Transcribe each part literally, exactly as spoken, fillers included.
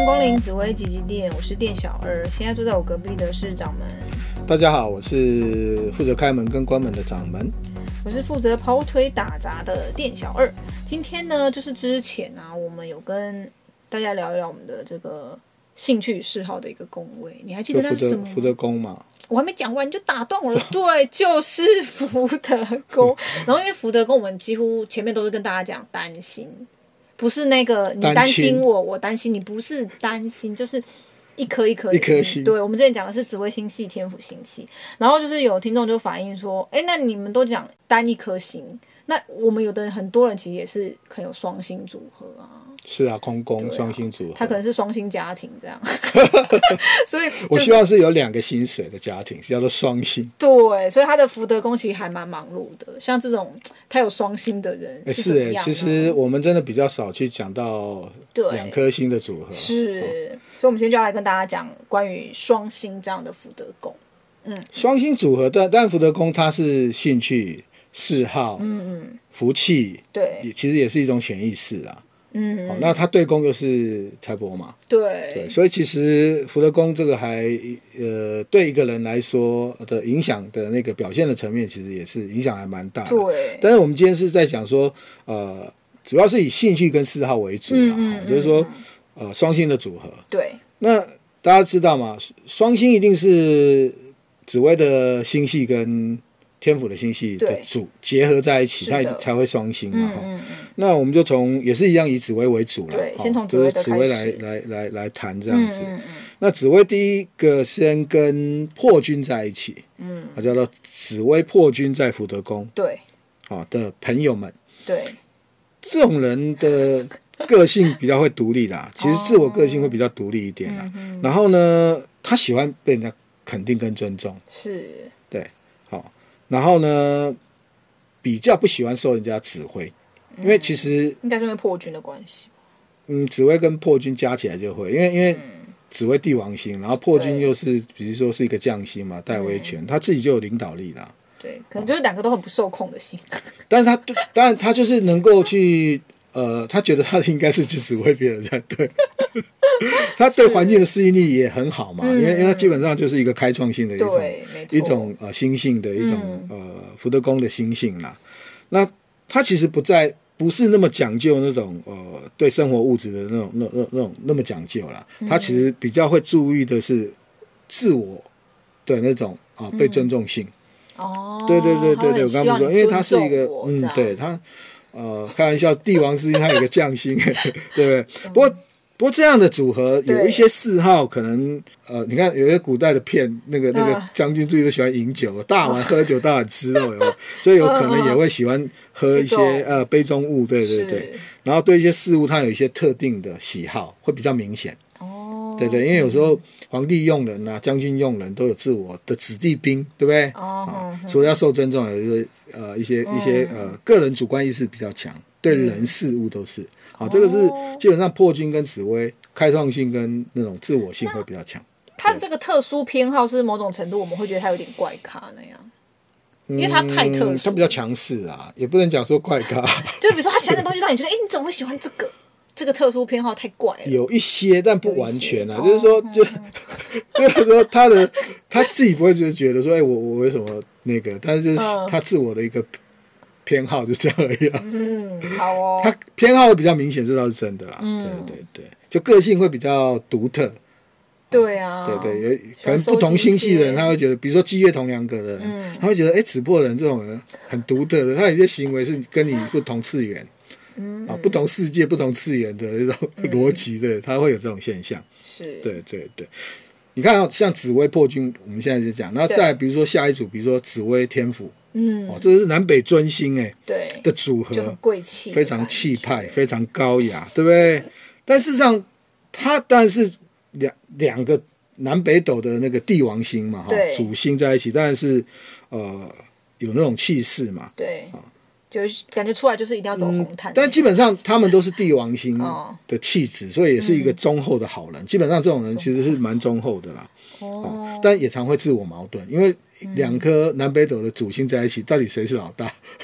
光临紫薇吉吉店，我是店小二。现在坐在我隔壁的是掌门。 大家好，我是负责开门跟关门的掌门。 我是负责跑腿打杂的店小二。今天呢，就是之前啊，我们有跟大家聊一聊我们的这个兴趣嗜好的一个宫位。你还记得那是什么吗？ 福德宫嘛。 我还没讲完你就打断我了。对，就是福德宫。然后因为福德宫，我们几乎前面都是跟大家讲担心。不是那个你担心我，我担心你，不是担心，就是一颗一颗一颗星。 对，我们之前讲的是紫微星系、天府星系，然后就是有听众就反映说，哎，那你们都讲单一颗星，那我们有的很多人其实也是可能有双星组合啊。 是啊，空宫双星组合， 他可能是双星家庭这样，所以、就是、 我希望是有两个薪水的家庭，叫做双星。 对，所以他的福德宫其实还蛮忙碌的。像这种他有双星的人是怎么样呢？ 是，其实我们真的比较少去讲到两颗星的组合。 是、哦，所以我们今天就要来跟大家讲关于双星这样的福德宫。嗯， 双星组合，但但福德宫它是兴趣、嗜好、嗯嗯、福气， 对， 其实也是一种潜意识啊。 嗯、 哦，那他对宫又是财帛嘛， 对对，所以其实福德宫这个还呃对一个人来说的影响的那个表现的层面，其实也是影响还蛮大的。 对， 但是我们今天是在讲说，呃，主要是以兴趣跟嗜好为主啦，嗯嗯、就是说呃双星的组合。 对， 那大家知道吗？双星一定是紫微的星系跟天府的星系的组结合在一起，它才会双星嘛。嗯嗯嗯、那我们就从也是一样以紫微为主了， 对，先从紫微的开始， 就是紫微来来来来谈这样子。嗯嗯嗯、那紫微第一个先跟破军在一起，嗯，啊叫做紫微破军在福德宫， 对， 啊的朋友们， 对， 这种人的个性比较会独立啦，其实自我个性会比较独立一点啦。哦、然后呢，他喜欢被人家肯定跟尊重， 是， 对，好。然后呢，比较不喜欢受人家指挥，因为其实应该是因为破军的关系。 嗯，紫微跟破军加起来就会，因为因为紫微帝王星，然后破军又是比如说是一个将星嘛，带威权，他自己就有领导力啦。 对，可能就是两个都很不受控的星。 但是他当然他就是能够去呃，他觉得他应该是去指挥别人才对。他对环境的适应力也很好嘛，因为因为他基本上就是一个开创性的一种一种呃心性的一种、嗯、呃福德宫的心性啦。那他其实不在不是那么讲究那种呃对生活物质的那种那那那种那么讲究啦。他其实比较会注意的是自我的那种啊、呃、被尊重性。 哦， 对对对对对，我刚刚不说，因为他是一个嗯，对他呃开玩笑，帝王星他有一个将星，对不对？嗯、不过。不过这样的组合有一些嗜好，可能呃，你看有些古代的片，那个那个将军注意都喜欢饮酒，大碗喝酒，大碗吃肉，有没有？所以有可能也会喜欢喝一些呃杯中物，对对对。然后对一些事物，他有一些特定的喜好，会比较明显。哦，对对，因为有时候皇帝用人啊，将军用人都有自我的子弟兵，对不对？哦，啊，除了要受尊重，有一些呃一些一些呃个人主观意识比较强，对人事物都是。啊，这个是基本上破军跟紫微开创性跟那种自我性会比较强。 他这个特殊偏好是某种程度我们会觉得他有点怪咖那样，因为他太特殊， 他、嗯、比较强势啊，也不能讲说怪咖。 就比如说他喜欢的东西，让你觉得，哎，你怎么会喜欢这个？这个特殊偏好太怪了。 有一些，但不完全啊，就是说，就就是说他的他自己不会就觉得说，哎，我我为什么那个？但是就是他自我的一个。偏好就这样而已啦。 嗯，好哦。 他偏好会比较明显，这倒是真的啦。嗯，对对对，就个性会比较独特。 对啊。 对对，有可能不同星系的人，他会觉得，比如说积月同梁格的人，嗯、他会觉得，哎，紫破人这种人很独特的，他有些行为是跟你不同次元，嗯啊，不同世界、不同次元的那种逻辑的，他会有这种现象。 是。 对对对。你看、哦，像紫微破军，我们现在就讲，然后再来比如说下一组，比如说紫微天府。嗯，哦，这是南北尊星哎， 对的组合， 就很贵气， 非常气派，非常高雅，对不对？但事实上，它当然是两两个南北斗的那个帝王星嘛，哈，主星在一起，当然是呃有那种气势嘛， 对，啊，就感觉出来就是一定要走红毯、嗯。 但基本上他们都是帝王星的气质，所以也是一个忠厚的好人。嗯、基本上这种人其实是蛮忠厚的啦。哦，但也常会自我矛盾，因为两颗南北斗的主星在一起，到底谁是老大？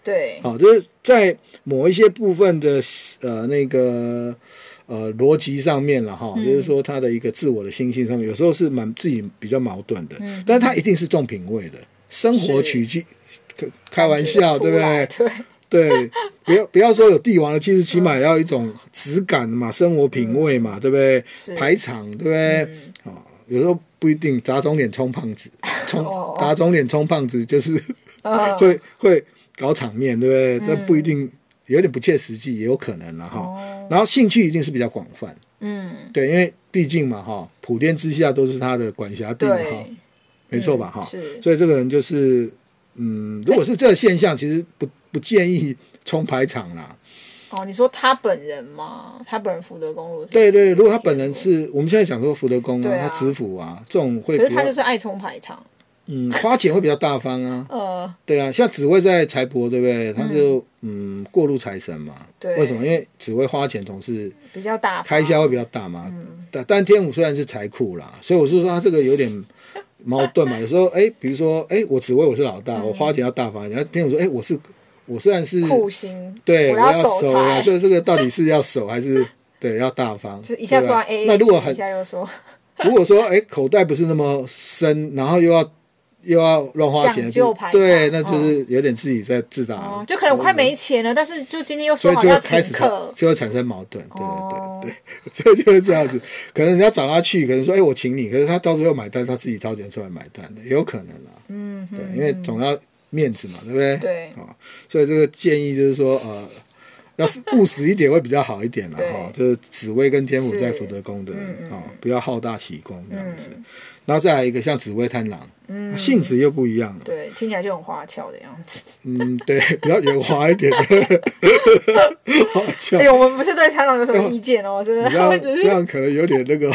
对， 好、哦，就是在某一些部分的呃那个呃逻辑上面了哈、嗯，就是说他的一个自我的心性上面，有时候是蛮自己比较矛盾的，嗯，但是他一定是重品味的，生活取居，开玩笑，对不对？ 对。 对，不要不要说有帝王的气质，起码也要一种质感嘛，生活品味嘛，嗯、对不对？排场，对不对？嗯、哦，有时候不一定，打肿脸充胖子，充打肿脸充胖子就是会会搞场面，对不对？但、嗯、不一定，有点不切实际，也有可能了哈、哦。然后兴趣一定是比较广泛，嗯，对，因为毕竟嘛哈，普天之下都是他的管辖地嘛哈，没错吧哈、嗯？所以这个人就是。嗯，如果是这个现象，其实不不建议冲排场啦。 哦，你说他本人吗？他本人福德宫， 对对，如果他本人是，我们现在讲说福德宫啊，啊他执府啊，这种会， 可是他就是爱冲排场。 嗯，花钱会比较大方啊。呃，对啊，像紫薇在财帛，对不对？他就 嗯, 嗯过路财神嘛。对。为什么？因为紫薇花钱总是比较大， 开销会比较大嘛。嗯。但但天府虽然是财库啦，所以我是说他这个有点。矛盾嘛，有时候哎，比如说哎，我紫薇我是老大，嗯、我花钱要大方一点。天府说哎，我是我虽然是酷星， 对，我要守啊，所以这个到底是要守还是对要大方？ 就一下突然 A A， 那如果很一下又说， 如果说哎口袋不是那么深，然后又要又要乱花钱，对，那就是有点自己在自打、 哦，就可能快没钱了，但是就今天又说好要请客， 就会产生矛盾，对对对对，所以就是这样子。可能人家找他去，可能说哎我请你，可是他到时候买单，他自己掏钱出来买单的，也有可能啦。嗯，对，因为总要面子嘛，对不对？ 对， 哦，所以这个建议就是说呃。要是务实一点会比较好一点啦，哈，就是紫薇跟天府在福德宫的人啊、嗯哦，不要好大喜功这样子。嗯、然后再来一个像紫薇贪狼，嗯、性质又不一样了。 对，听起来就很花俏的样子。 嗯，对，比较圆滑一点的花俏。 哎、欸，我们不是对贪狼有什么意见哦，真的。 这样可能有点那个。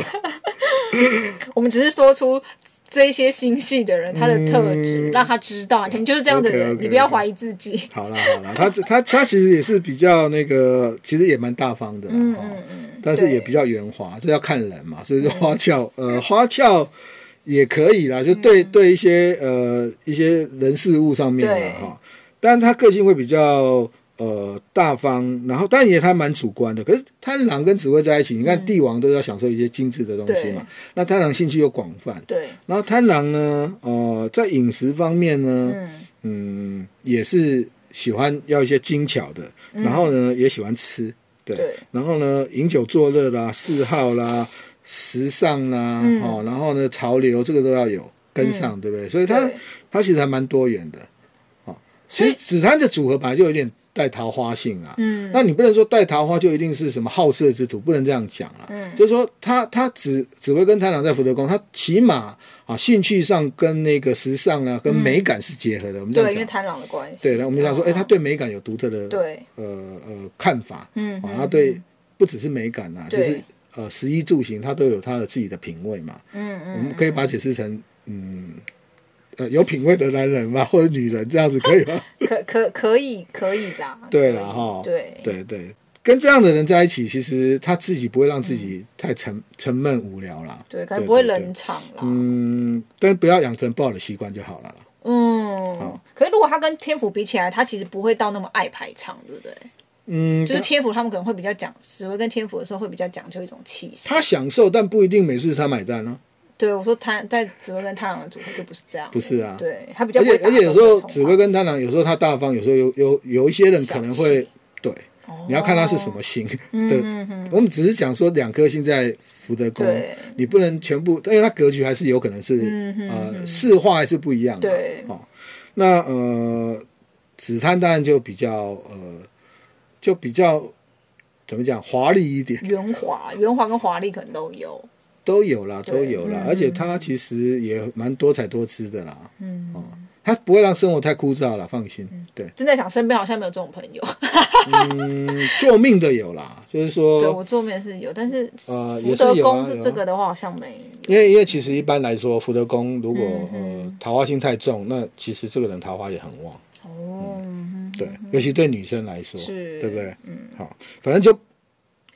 我们只是说出这些星系的人他的特质，嗯、让他知道你就是这样的人， okay, okay, okay. 你不要怀疑自己。 好啦好啦，他他他其实也是比较那个，其实也蛮大方的，嗯嗯嗯，但是也比较圆滑，这要看人嘛，所以说花俏，嗯、呃花俏也可以啦，就对、嗯、对一些呃一些人事物上面啦哈，但是他个性会比较。呃，大方，然后当然也他蛮主观的。可是贪狼跟紫薇在一起，你看帝王都要享受一些精致的东西嘛。那贪狼兴趣又广泛， 对。 然后贪狼呢，呃，在饮食方面呢，嗯，嗯也是喜欢要一些精巧的，嗯、然后呢，也喜欢吃，对。对然后呢，饮酒作乐啦，嗜好啦，时尚啦，嗯、哦，然后呢，潮流这个都要有跟上，嗯、对不对？所以他他其实还蛮多元的。哦，其实紫贪的组合本来就有点。带桃花性啊，嗯，那你不能说带桃花就一定是什么好色之徒，不能这样讲啊。嗯，就是说他他紫紫薇跟贪狼在福德宫，他起码啊兴趣上跟那个时尚啊跟美感是结合的。嗯、我们这样讲， 对，因为贪狼的关系。 对，那我们想说，哎、哦欸，他对美感有独特的对呃呃看法，嗯，啊，他对不只是美感啊，就是呃食衣住行，他都有他的自己的品味嘛。嗯嗯，我们可以把它解释成嗯。呃，有品味的男人嘛，或者女人这样子可以吗？ 可可可以可以啦。 对啦哈， 对对对，跟这样的人在一起，其实他自己不会让自己太沉、嗯、沉闷无聊啦。 对，可能不会冷场啦。 嗯，但不要养成不好的习惯就好了啦。 嗯，可是如果他跟天府比起来，他其实不会到那么爱排场，对不对？嗯，就是天府他们可能会比较讲，紫薇跟天府的时候会比较讲究一种气势。 他享受，但不一定每次他买单啊。 对，我说贪在紫薇跟贪狼的组合就不是这样， 不是啊， 对他比较， 而且而且有时候紫薇跟贪狼有时候他大方，有时候有有有一些人可能会对，哦、你要看他是什么星的。嗯、我们只是讲说两颗星在福德宫，你不能全部，因为它格局还是有可能是、嗯、呃四化还是不一样的。对，哦，那呃紫贪当然就比较呃就比较怎么讲华丽一点， 圆滑圆滑跟华丽可能都有。 都有啦，都有啦，嗯、而且它其实也蛮多彩多姿的啦。嗯，哦，它不会让生活太枯燥啦，放心。嗯、对， 真的想身边好像没有这种朋友。 嗯，做命的有啦，就是说， 对我做命是有，但是呃，福德宫是这个的话好像没有。 因为因为其实一般来说，福德宫如果、嗯、呃桃花星太重，那其实这个人桃花也很旺。哦、嗯，对，尤其对女生来说，是，对不对？嗯，好，反正就。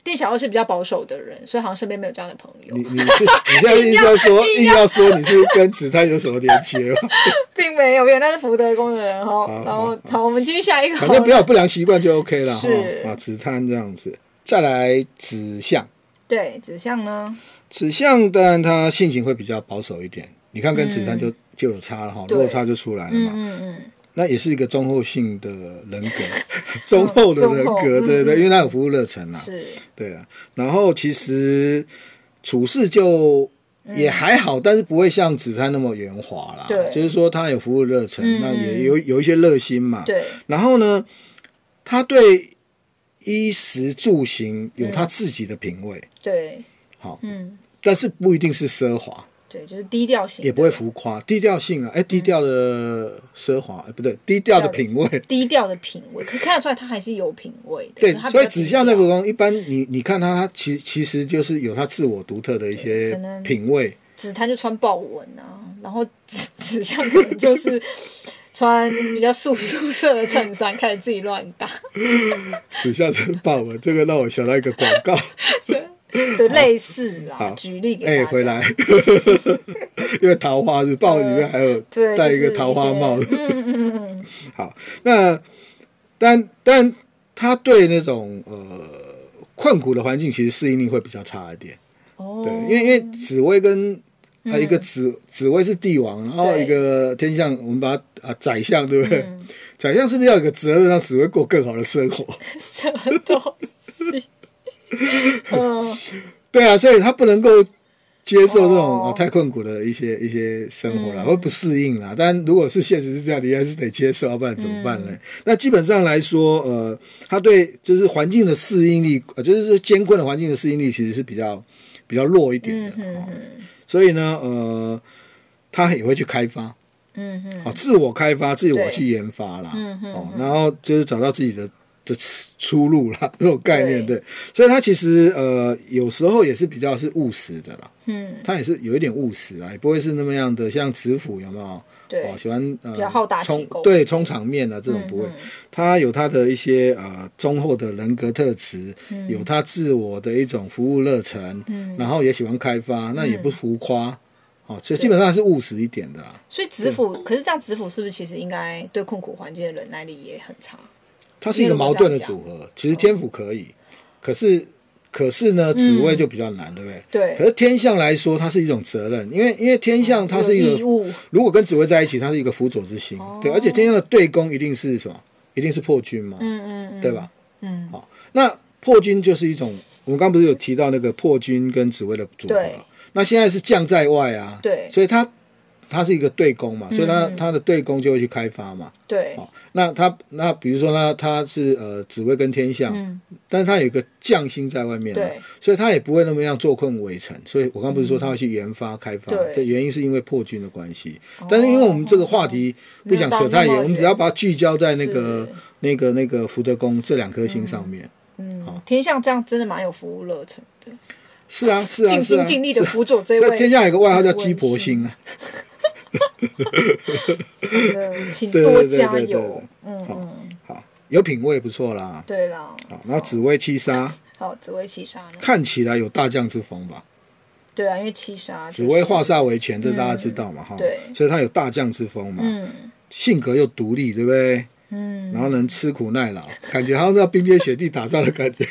店小二是比较保守的人，所以好像身边没有这样的朋友。 你你是你现在意思要说硬要说你是跟子探有什么连接吗？ 并没有，因为那是福德宫的人哈。然后好，我们继续下一个。 反正不要有不良习惯就 OK 了哈。 是啊，子探这样子，再来子相。 对，子相呢？ 子相当然他性情会比较保守一点，你看跟子探就、嗯、就有差了哈，落差就出来了嘛。嗯嗯。那也是一个中后性的人格，中后的人格，嗯、对对，因为他有服务热忱啊， 是， 对啊。然后其实处事就也还好，嗯、但是不会像子探那么圆滑啦。 对， 就是说他有服务热忱，嗯、那也有有一些热心嘛。 对。 然后呢，他对衣食住行有他自己的品味。 嗯、对。 好，嗯，但是不一定是奢华。 对，就是低调型， 也不会浮夸，低调性啊，哎，低调的奢华，哎、嗯，不对，低调的品味， 低调的品味，可看得出来他还是有品味的。 对，所以子相在福宫，一般你你看他，他其其实就是有他自我独特的一些品味。 子探就穿豹纹啊，然后子子相可能就是穿比较素素色的衬衫，开始自己乱打。 子相穿豹纹，这个让我想到一个广告。 对，类似啦，举例给大家。 哎，回来，因为桃花是豹里面还有戴一个桃花帽的。 嗯嗯嗯。 好，那但但他对那种呃困苦的环境，其实适应力会比较差一点。哦。对，因为因为紫微跟还有一个紫紫微是帝王，然后一个天相，我们把它啊宰相，对不对？嗯、宰相是不是要有个责任让紫微过更好的生活？ 什么东西？ 嗯，对啊，所以他不能够接受这种、哦啊、太困苦的一些一些生活啦，嗯、会不适应啦。但如果是现实是这样，你还是得接受，要不然怎么办呢？嗯、那基本上来说，呃，他对就是环境的适应力，呃、就是说艰困的环境的适应力，其实是比较比较弱一点的。嗯哦、所以呢，呃，他也会去开发，嗯哼，哦，自我开发，自我去研发啦，嗯哼，哦，然后就是找到自己的。的出路啦，这种概念 对, 对，所以他其实呃有时候也是比较是务实的啦，嗯，他也是有一点务实啊，也不会是那么样的像子府有没有？ 对， 哦、喜欢呃比较好打冲对冲场面啊这种不会，嗯、他有他的一些呃忠厚的人格特质，嗯、有他自我的一种服务热忱，嗯，然后也喜欢开发，那也不浮夸。哦，所以基本上是务实一点的啦。 所以子府，可是这样子府是不是其实应该对困苦环境的忍耐力也很差？ 它是一个矛盾的组合，其实天府可以，可是可是呢，紫微就比较难，嗯、对不对？ 对。 可是天相来说，它是一种责任，因为因为天相它是一个，如果跟紫微在一起，它是一个辅佐之星，哦、对，而且天相的对宫一定是什么？一定是破军嘛，嗯嗯嗯，对吧？嗯，好，那破军就是一种，我们刚刚不是有提到那个破军跟紫微的组合，那现在是将在外啊， 对， 所以它。它是一个对宫嘛，所以它它的对宫就会去开发嘛。 对。 哦，那它那比如说呢，它是呃紫微跟天相，嗯、但是它有一个将星在外面， 对， 所以它也不会那么样坐困围城。所以我刚刚不是说它会去研发开发， 对， 的原因是因为破军的关系。但是因为我们这个话题不想扯太远，我们只要把它聚焦在那个那个那个福德宫这两颗星上面。 嗯，哦、天相这样真的蛮有服务热忱的。 是啊，是啊， 尽心尽力的辅佐这位。 所以天相有个外号叫鸡婆星啊。 请多加油。嗯嗯， 好，有品味不错啦。 对啦。 好，然后紫微七杀。 好，紫微七杀呢？ 看起来有大将之风吧？ 对啊，因为七杀。 紫微化煞为权，这大家知道嘛？哈， 对， 所以他有大将之风嘛。嗯。性格又独立，对不对？嗯。然后能吃苦耐劳，感觉好像在冰天雪地打仗的感觉。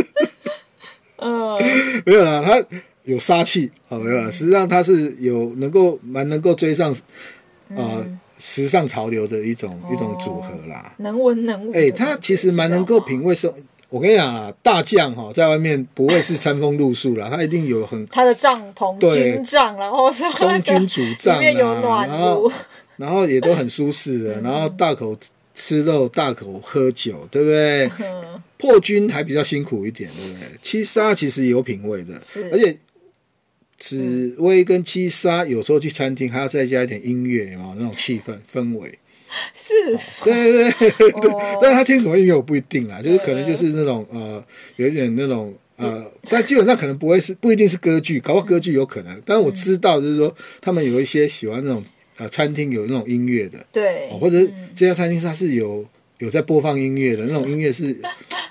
嗯。没有啦，他。有杀气啊、哦，没有，实际上他是有能够蛮能够追上啊、呃嗯、时尚潮流的一种、哦、一种组合啦， 能文能武。 哎、欸，他其实蛮能够品味生。我跟你讲啊，大将哈在外面不会是餐风露宿啦，他一定有很他的帐篷、军帐，然后是中军主帐啊， 里面有暖炉，然后然后也都很舒适的，然后大口吃肉、大口喝酒，对不对？嗯、破军还比较辛苦一点，对不对？七杀其实也有品味的，而且。紫微跟七杀有时候去餐厅还要再加一点音乐嘛，那种气氛氛围。 是。 哦、对对对对，哦、但是他听什么音乐我不一定啦，就是可能就是那种呃，有一点那种呃，但基本上可能不会是不一定是歌剧，搞不好歌剧有可能。但是我知道就是说，他们有一些喜欢那种呃餐厅有那种音乐的， 对， 哦、或者这家餐厅它是有。有在播放音乐的那种音乐是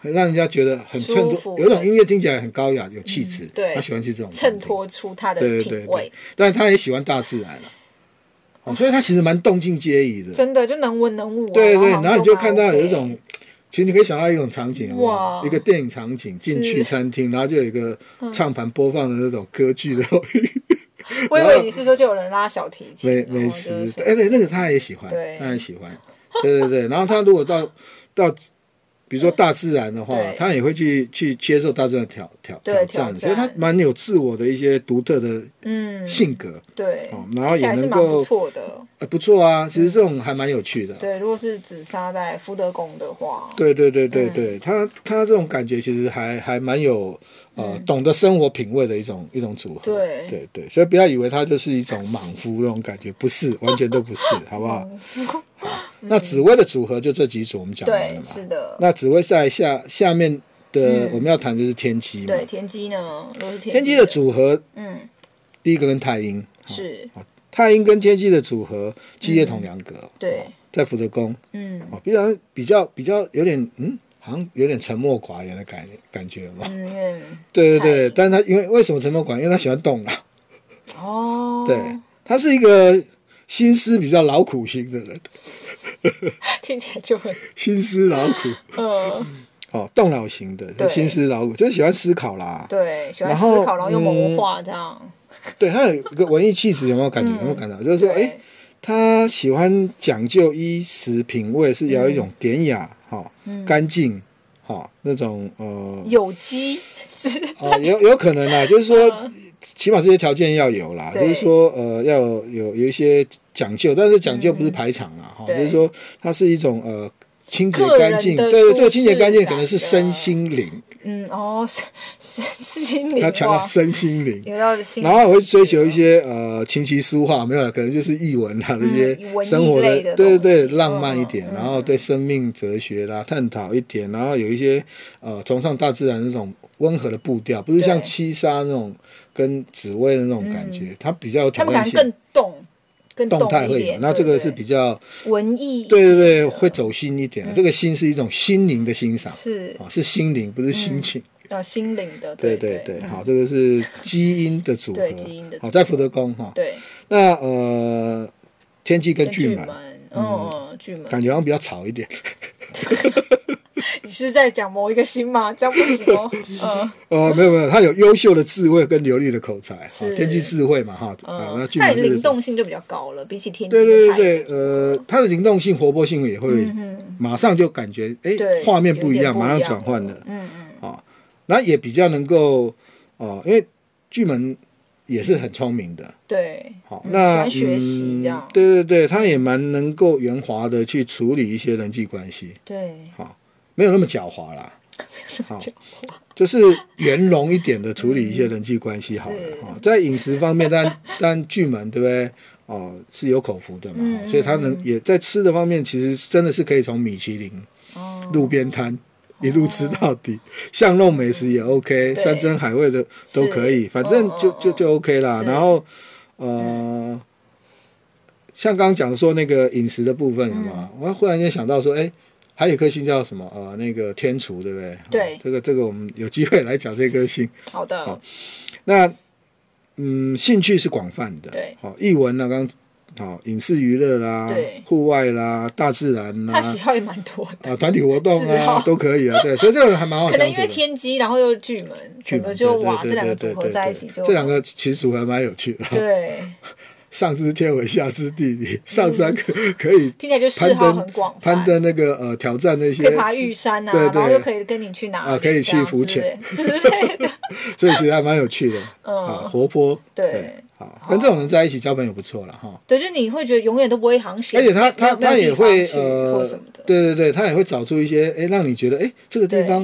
让人家觉得很衬托，有一种音乐听起来很高雅有气质、嗯，对，他喜欢去这种衬托出他的品味，对对对， 但是他也喜欢大自然了。哦，所以他其实蛮动静皆宜的， 真的就能文能武、啊。 对对，然后你就看到有一种，其实你可以想到一种场景，哇，一个电影场景，进去餐厅，然后就有一个唱盘播放的那种歌剧的。 我以为你是说就有人拉小提琴， 美美食，哎对，那个他也喜欢，他也喜欢，对对对。然后他如果到到。比如说大自然的话，他也会去去接受大自然的挑挑挑战，所以他蛮有自我的一些独特的性格， 嗯、对、 哦，然后也能够不错的， 呃，不错啊，其实这种还蛮有趣的。 嗯、对，如果是紫砂在福德宫的话， 对对对对对，嗯、他他这种感觉其实还还蛮有呃、嗯、懂得生活品味的一种一种组合， 对对对，所以不要以为他就是一种莽夫那种感觉，不是，完全都不是，好不好？好，那紫薇的组合就这几组我们讲完了嘛？ 对，是的。 那紫薇在下下面的我们要谈就是天机嘛。 对，天机呢，都是天机的。 天机的组合，嗯，第一个跟太阴是， 太阴跟天机的组合，基业同梁格， 对， 在福德宫，嗯，哦，比较比较比较有点，嗯，好像有点沉默寡言的感感觉嘛。嗯，对对对，但是他因为为什么沉默寡言？因为他喜欢动脑。哦，对，他是一个。心思比较劳苦型的人， 听起来就很心思劳苦，嗯，哦，动脑型的，心思劳苦，就是喜欢思考啦， 对，喜欢思考，然后又谋划这样。 对，他有一个文艺气质，有没有感觉？有没有感到？就是说，哎，他喜欢讲究衣食品味，是要一种典雅、哈、干净、哈那种呃有机， 哦，有有可能啦，就是说。起码这些条件要有啦，就是说，呃，要有有有一些讲究，但是讲究不是排场啦，哈、嗯，就是说它是一种呃清洁干净，对对，这个清洁干净可能是身心灵， 嗯哦，身心灵， 他强调身心灵， 然后我会追求一些呃琴棋书画，没有，可能就是艺文啊这些生活的， 的对对对，浪漫一点，嗯、然后对生命哲学啦探讨一点，然后有一些呃崇尚大自然那种温和的步调，不是像七杀那种。跟紫薇的那种感觉，嗯、它比较有挑战性， 更动，更动态会有。那这个是比较文艺， 对对对，会走心一点。嗯、这个心是一种心灵的欣赏， 是啊，是心灵，不是心情。 啊，心灵的， 对对对，好，这个是基因的组合， 对基因的， 好，在福德宫哈。 对。 那呃，天机跟巨门， 嗯，巨门感觉好像比较吵一点。 你是在讲某一个星吗？这样不行哦。 嗯，呃，没有没有，他有优秀的智慧跟流利的口才，天机智慧嘛哈。 嗯，那巨门灵动性就比较高了，比起天机。 对对对对，呃，它的灵动性、活泼性也会马上就感觉，哎，画面不一样，马上转换的。嗯嗯。啊，那也比较能够哦，因为巨门也是很聪明的。 对。 好，那嗯，学习这样。 对对对，他也蛮能够圆滑的去处理一些人际关系。 对。 好。没有那么狡猾啦，好，就是圆融一点的处理一些人际关系好了。嗯、在饮食方面，但但巨门对不对？哦，是有口福的嘛，嗯、所以他能也在吃的方面，其实真的是可以从米其林、哦、路边摊一路吃到底，巷弄美食也 OK，、嗯、山珍海味的都可以，反正就就就 OK 啦。然后呃，嗯、像刚刚讲说那个饮食的部分嘛，嗯、我忽然间想到说，哎。还有一颗星叫什么？呃，那个天厨，对不对？ 对、哦， 这个这个我们有机会来讲这颗星。 好的。 好，那嗯，兴趣是广泛的。 对。 好，艺文啊，刚好影视娱乐啦， 对， 户外啦，大自然啦， 他喜好也蛮多的。 啊，团体活动啊，都可以啊。对，所以这个人还蛮好相处的。 可能因为天机，然后又巨门，整个就哇，这两个组合在一起就这两个其实还蛮有趣的。 对。 上知天文，下知地理，上山可可以听起来就嗜好很广泛， 攀登那个呃挑战那些， 可以爬玉山啊，对对，然后又可以跟你去哪啊，可以去浮潜之类的， 所以其实还蛮有趣的，嗯，活泼， 对， 好，跟这种人在一起交朋友不错了哈。 对，就你会觉得永远都不会航行， 而且他他他也会呃，对对对，他也会找出一些哎，让你觉得哎这个地方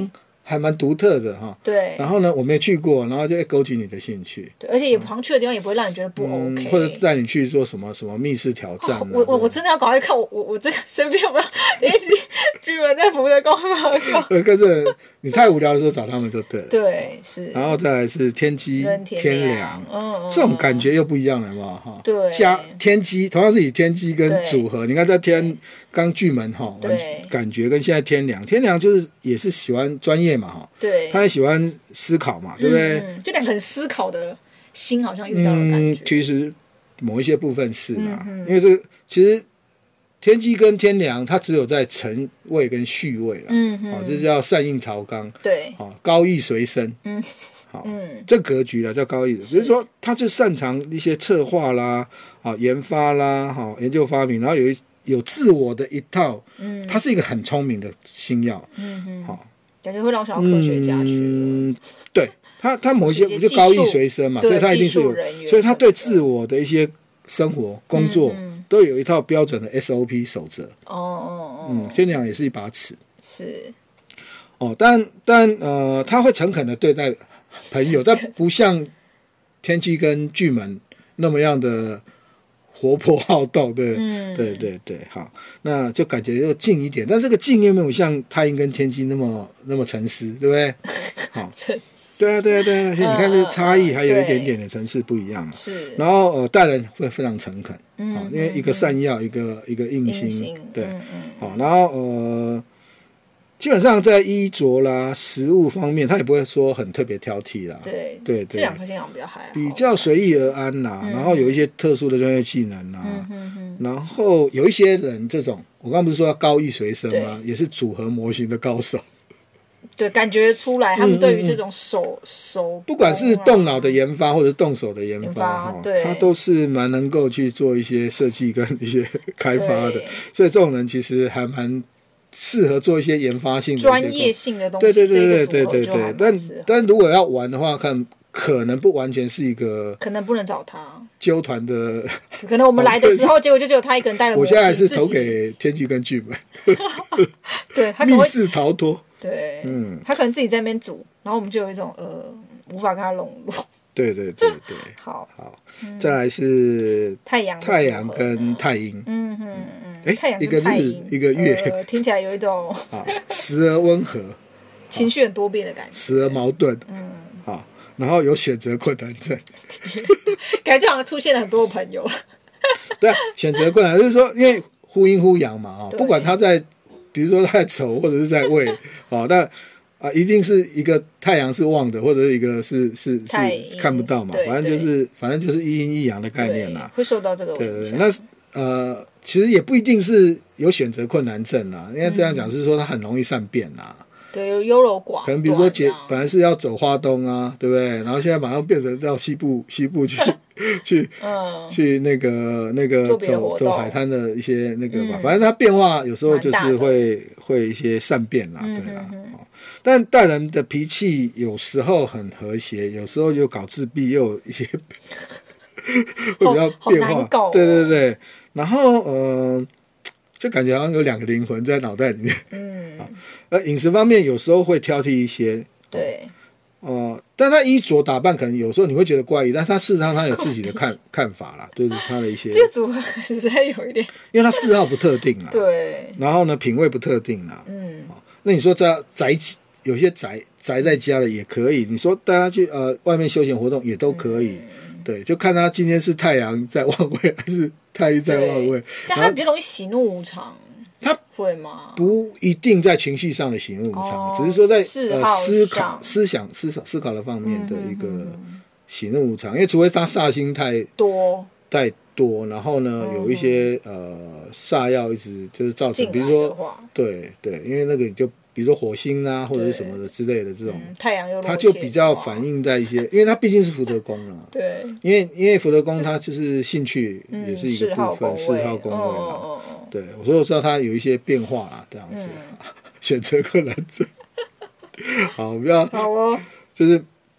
还蛮独特的哈。 对。 然后呢，我没去过，然后就会勾起你的兴趣。 对，而且也好像去的地方也不会让你觉得不 OK，、 嗯、或者带你去做什么什么密室挑战、啊哦。我我我真的要赶快看我我我这个身边有没有联系巨门在福德宫吗？ 呃，跟着你太无聊的时候找他们就对了。 对，是。 然后再来是天机天梁， 嗯， 这种感觉又不一样了嘛哈。 对。 加天机同样是以天机跟组合，你看在天刚巨门哈，感觉跟现在天梁，天梁就是也是喜欢专业嘛哈。 对。 他也喜欢思考嘛，对不对？ 嗯，就两个很思考的心好像遇到了感觉。 嗯，其实某一些部分是啦，嗯、因为这个其实天机跟天梁，它只有在辰位跟戌位啦，嗯嗯，哦，这叫善应朝纲， 对， 哦，高义随身，嗯，好，嗯，这格局啦叫高义的，只是说他就擅长一些策划啦，啊，研发啦，哈，研究发明，然后有一有自我的一套，嗯，他是一个很聪明的星曜，嗯嗯，好。 感觉会让我想到科学家去、嗯、 对他，他某一些就高义随身嘛，所以他一定是有，所以他对自我的一些生活、工作、嗯、都有一套标准的 S O P 守则。哦哦哦，嗯，天梁也是一把尺。 是。 哦，但但呃，他会诚恳的对待朋友，但不像天机跟巨门那么样的活泼好动，对，嗯、对对对，好，那就感觉又静一点，但这个静又没有像太阴跟天机那么那么沉思，对不对？好，对啊对啊对啊，而且你看这个差异还有一点点的层次不一样啊。是，然后呃，待人会非常诚恳，嗯，好，因为一个善曜，一个一个印星，对，嗯嗯、好，然后呃。基本上在衣着啦、食物方面，他也不会说很特别挑剔啦。 对对对， 这两颗星好像比较还好， 比较随意而安啦。嗯、然后有一些特殊的专业技能啦。嗯哼哼然后有一些人，这种我刚刚不是说要高义随身吗？也是组合模型的高手。 对，感觉出来他们对于这种手、嗯、手、啊， 不管是动脑的研发或者动手的研发，研发对，他都是蛮能够去做一些设计跟一些开发的。所以这种人其实还蛮。适合做一些研发性的、 专业性的东西， 对对对对对对对。但但如果要玩的话，看可能不完全是一个， 可能不能找他纠团的。 可能我们来的时候，结果就只有他一个人带了。 我现在还是投给天机跟巨门。 对，他密室逃脱。 对，嗯，他可能自己在那边组，然后我们就有一种呃无法跟他融入。 对对对对。 好， 好，再来是太阳， 太阳跟太阴。 嗯嗯嗯。 哎， 太阳一个日一个月、 呃，听起来有一种啊，时而温和， 情绪很多变的感觉， 时而矛盾，嗯，好，然后有选择困难症， 感觉好像出现了很多朋友了。 对啊，选择困难就是说，因为忽阴忽阳嘛，啊，不管他在，比如说他在丑或者是在未，啊，那啊，一定是一个太阳是旺的，或者是一个是是是看不到嘛，反正就是反正就是一阴一阳的概念啦， 会受到这个对对对，那呃。其实也不一定是有选择困难症啦，因为这样讲是说它很容易善变啦。 对，有优柔寡断。 可能比如说，本来是要走花东啊，对不对？然后现在马上变成到西部，西部去去、嗯、去那个那个走走海滩的一些那个吧。嗯、反正它变化有时候就是会会一些善变啦，对啦。嗯、但待人的脾气有时候很和谐，有时候又搞自闭，又有一些会比较变化。 哦、 对对对。然后呃，就感觉好像有两个灵魂在脑袋里面。嗯。而饮食方面有时候会挑剔一些。 对。 哦、呃，但他衣着打扮可能有时候你会觉得怪异，但他事实上他有自己的看看法啦，对他的一些。 这个组合实在有一点。 因为他嗜好不特定啦。 对。 然后呢，品味不特定啦。嗯。那你说在宅有些宅宅在家的也可以，你说带他去呃外面休闲活动也都可以。嗯、对，就看他今天是太阳在旺位还是。太阴在旺位， 但他比较容易喜怒无常。 他会吗？ 不一定在情绪上的喜怒无常，哦、只是说在呃思考、思想、思考、思考的方面的一个喜怒无常。因为除非他煞星太多、 太多，然后呢、嗯、有一些呃煞曜一直就是造成，比如说对对，因为那个就。比如说火星啊，或者是什么的之类的这种， 嗯、太阳又它就比较反映在一些，因为它毕竟是福德宫啊。 对。 因为因为福德宫它就是兴趣也是一个部分，嗜好宫位嘛。哦哦对，所以我知道它有一些变化啦，这样子。嗯、选择困难症。好，不要。 好哦。 就是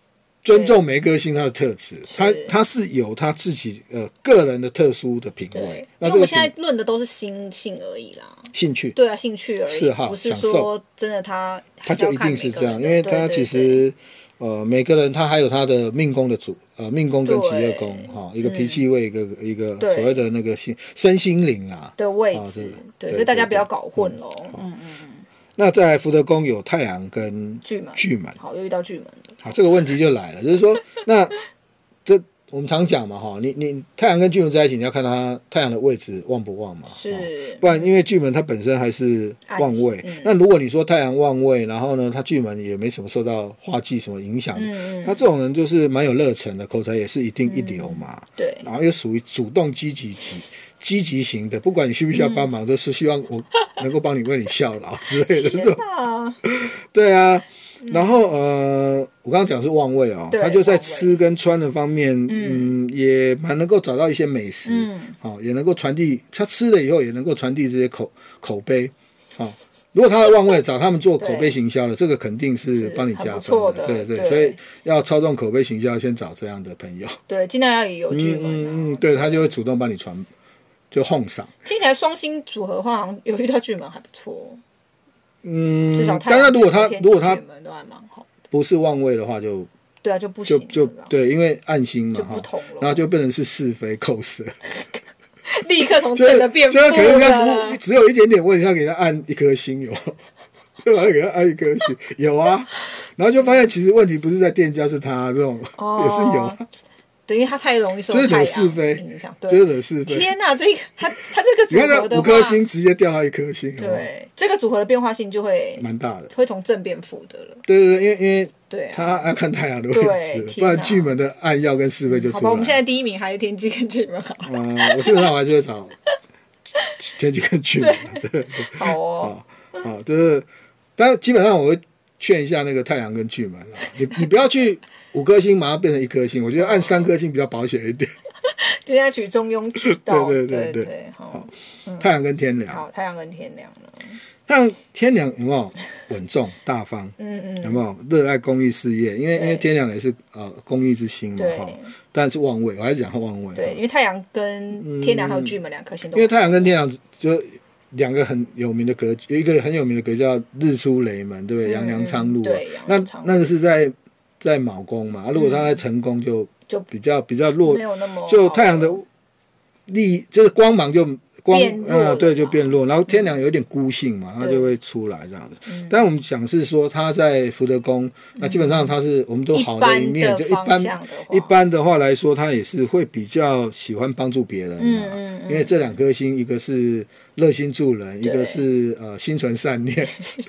尊重每个星它的特质，它它是有它自己呃个人的特殊的品味。 因为我们现在论的都是心性而已啦， 兴趣， 对啊，兴趣而已， 嗜好， 不是说真的他他就一定是这样，因为他其实呃每个人他还有他的命宫的主呃命宫跟疾厄宫哈，一个脾气位，一个一个所谓的那个心身心灵啊的位置，对，所以大家不要搞混喽。嗯嗯嗯。 那在福德宫有太阳跟巨门， 巨门， 好，又遇到巨门了。 好，这个问题就来了，就是说，那这我们常讲嘛，哈，你你太阳跟巨门在一起，你要看它太阳的位置旺不旺嘛， 是， 不然因为巨门它本身还是旺位，嗯、那如果你说太阳旺位，然后呢，它巨门也没什么受到化忌什么影响，嗯、他这种人就是蛮有热忱的，口才也是一定一流嘛，嗯、 对， 然后又属于主动积极级。积极型的，不管你需不需要帮忙，嗯、都是希望我能够帮你为你效劳之类的这种。对啊，然后呃，我刚刚讲是旺位哦，他就在吃跟穿的方面，嗯，嗯也蛮能够找到一些美食，嗯，哦，也能够传递。他吃了以后，也能够传递这些口口碑，哦。如果他的旺位找他们做口碑行销的，这个肯定是帮你加分的，对 对, 对，所以要操纵口碑行销，先找这样的朋友。 对，尽量要以有巨门、啊。 嗯嗯，对他就会主动帮你传。就哄上， 听起来双星组合的话，好像有遇到巨门还不错。 嗯， 至少但是如果他如果他都还蛮好， 不是旺位的话就， 对啊就不行就就对，因为暗星嘛， 就不同了， 然后就变成是是非口舌， 立刻从正的变负了。可能他只有一点点问题，他给他按一颗星有，就把他给他按一颗星有啊，然后就发现其实问题不是在店家，是他这种、哦、也是有。 等于他太容易受太阳是非影响， 就是惹是非。 天哪，这个他他这个组合的话， 你看五颗星直接掉到一颗星， 对，这个组合的变化性就会蛮大的， 会从正变负的了。 对对对，因为因为对、啊、 他要看太阳的位置，不然巨门的暗曜跟是非就出来、嗯。 好吧，我们现在第一名还是天机跟巨门好了。 嗯，我基本上我还是会找天机跟巨门。对，对好哦， 好，就是，但基本上我会劝一下那个太阳跟巨门啦，你你不要去。五颗星马上变成一颗星，我觉得按三颗星比较保险一点。 今天取中庸之道。 对对对对对, 对好、嗯，太阳跟天梁。 好，太阳跟天梁了。 太阳天梁有没有稳重大方？嗯嗯。有没有热爱公益事业？因为因为天梁也是呃公益之星嘛哈，但是旺位，我还是讲旺位。 对，因为太阳跟天梁还有巨门两颗星都。 因为太阳跟天梁就两个很有名的格，有一个很有名的格叫日出雷门，对不对？阳梁昌路、啊。对，那那个是在。在卯宫嘛，如果他在辰宫就就比较比较弱， 没有那么就太阳的力就是光芒就光呃对就变弱，然后天梁有点孤性嘛，它就会出来这样子。嗯、但我们讲是说他在福德宫，嗯、那基本上他是我们都好的一面，就一般一般的话来说，他也是会比较喜欢帮助别人嘛，嗯嗯嗯、因为这两颗星，一个是热心助人，一个是呃心存善念。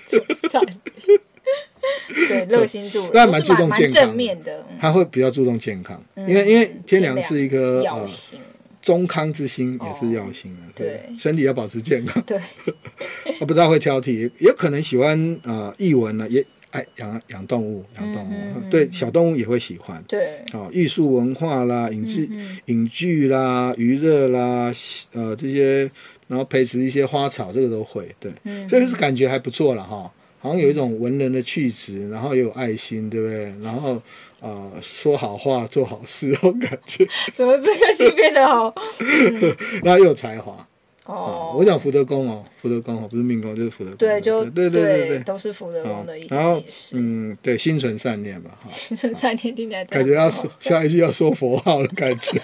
对，热心助人， 那蛮注重健康， 正面的， 他会比较注重健康，嗯、因为因为天梁是一个呃中康之星，也是曜星、哦、对，对身体要保持健康， 对， 不知道会挑剔，也可能喜欢呃艺文呢，也爱养养动物，养动物，嗯嗯、对小动物也会喜欢， 对， 哦，艺术文化啦，影剧、嗯、影剧啦，娱乐啦，呃这些，然后培植一些花草，这个都会，对，嗯、所以是感觉还不错了哈。好像有一种文人的气质，然后也有爱心，对不对？然后呃，说好话、做好事，那种感觉。 怎么这个戏变得好？嗯、 然后又有才华。哦、嗯，我讲福德宫哦，福德宫哦，不是命宫，就是福德宫。 对，就对对对对， 都是福德宫的意思。 然后嗯，对，心存善念吧，哈。 心存善念听起来感觉要说下一句要说佛号的感觉。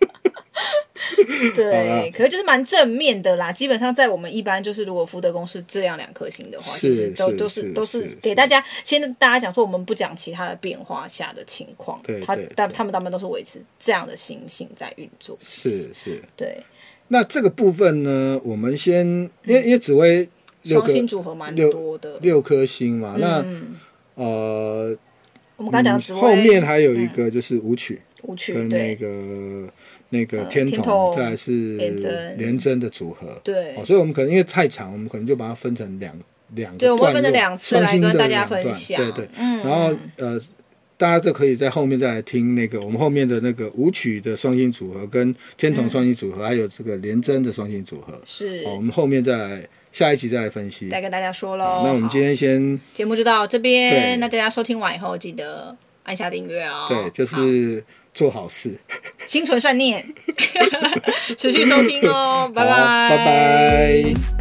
对，可是就是蛮正面的啦。基本上在我们一般就是，如果福德宫是这样两颗星的话，其实都都是都是给大家先大家讲说，我们不讲其他的变化下的情况， 对， 他他他们他们都是维持这样的星性在运作。 是是， 对。 那这个部分呢，我们先因为因为紫微双星组合蛮多的， 六颗星嘛。那呃， 我们刚讲紫微后面还有一个就是武曲， 武曲跟那个。那个天同，再来是廉贞的组合， 对、 哦，所以我们可能因为太长，我们可能就把它分成两两个段落， 对，我们分成两次来跟大家分享， 对对，嗯、然后呃，大家就可以在后面再来听那个我们后面的那个武曲的双星组合，跟天同双星组合，嗯、还有这个廉贞的双星组合， 是， 哦，我们后面再来下一集再来分析， 再跟大家说喽。 那我们今天先节目就到这边，那大家收听完以后记得。 按下订阅哦。 对，就是做好事， 心存善念，持续收听哦，拜拜， 拜拜。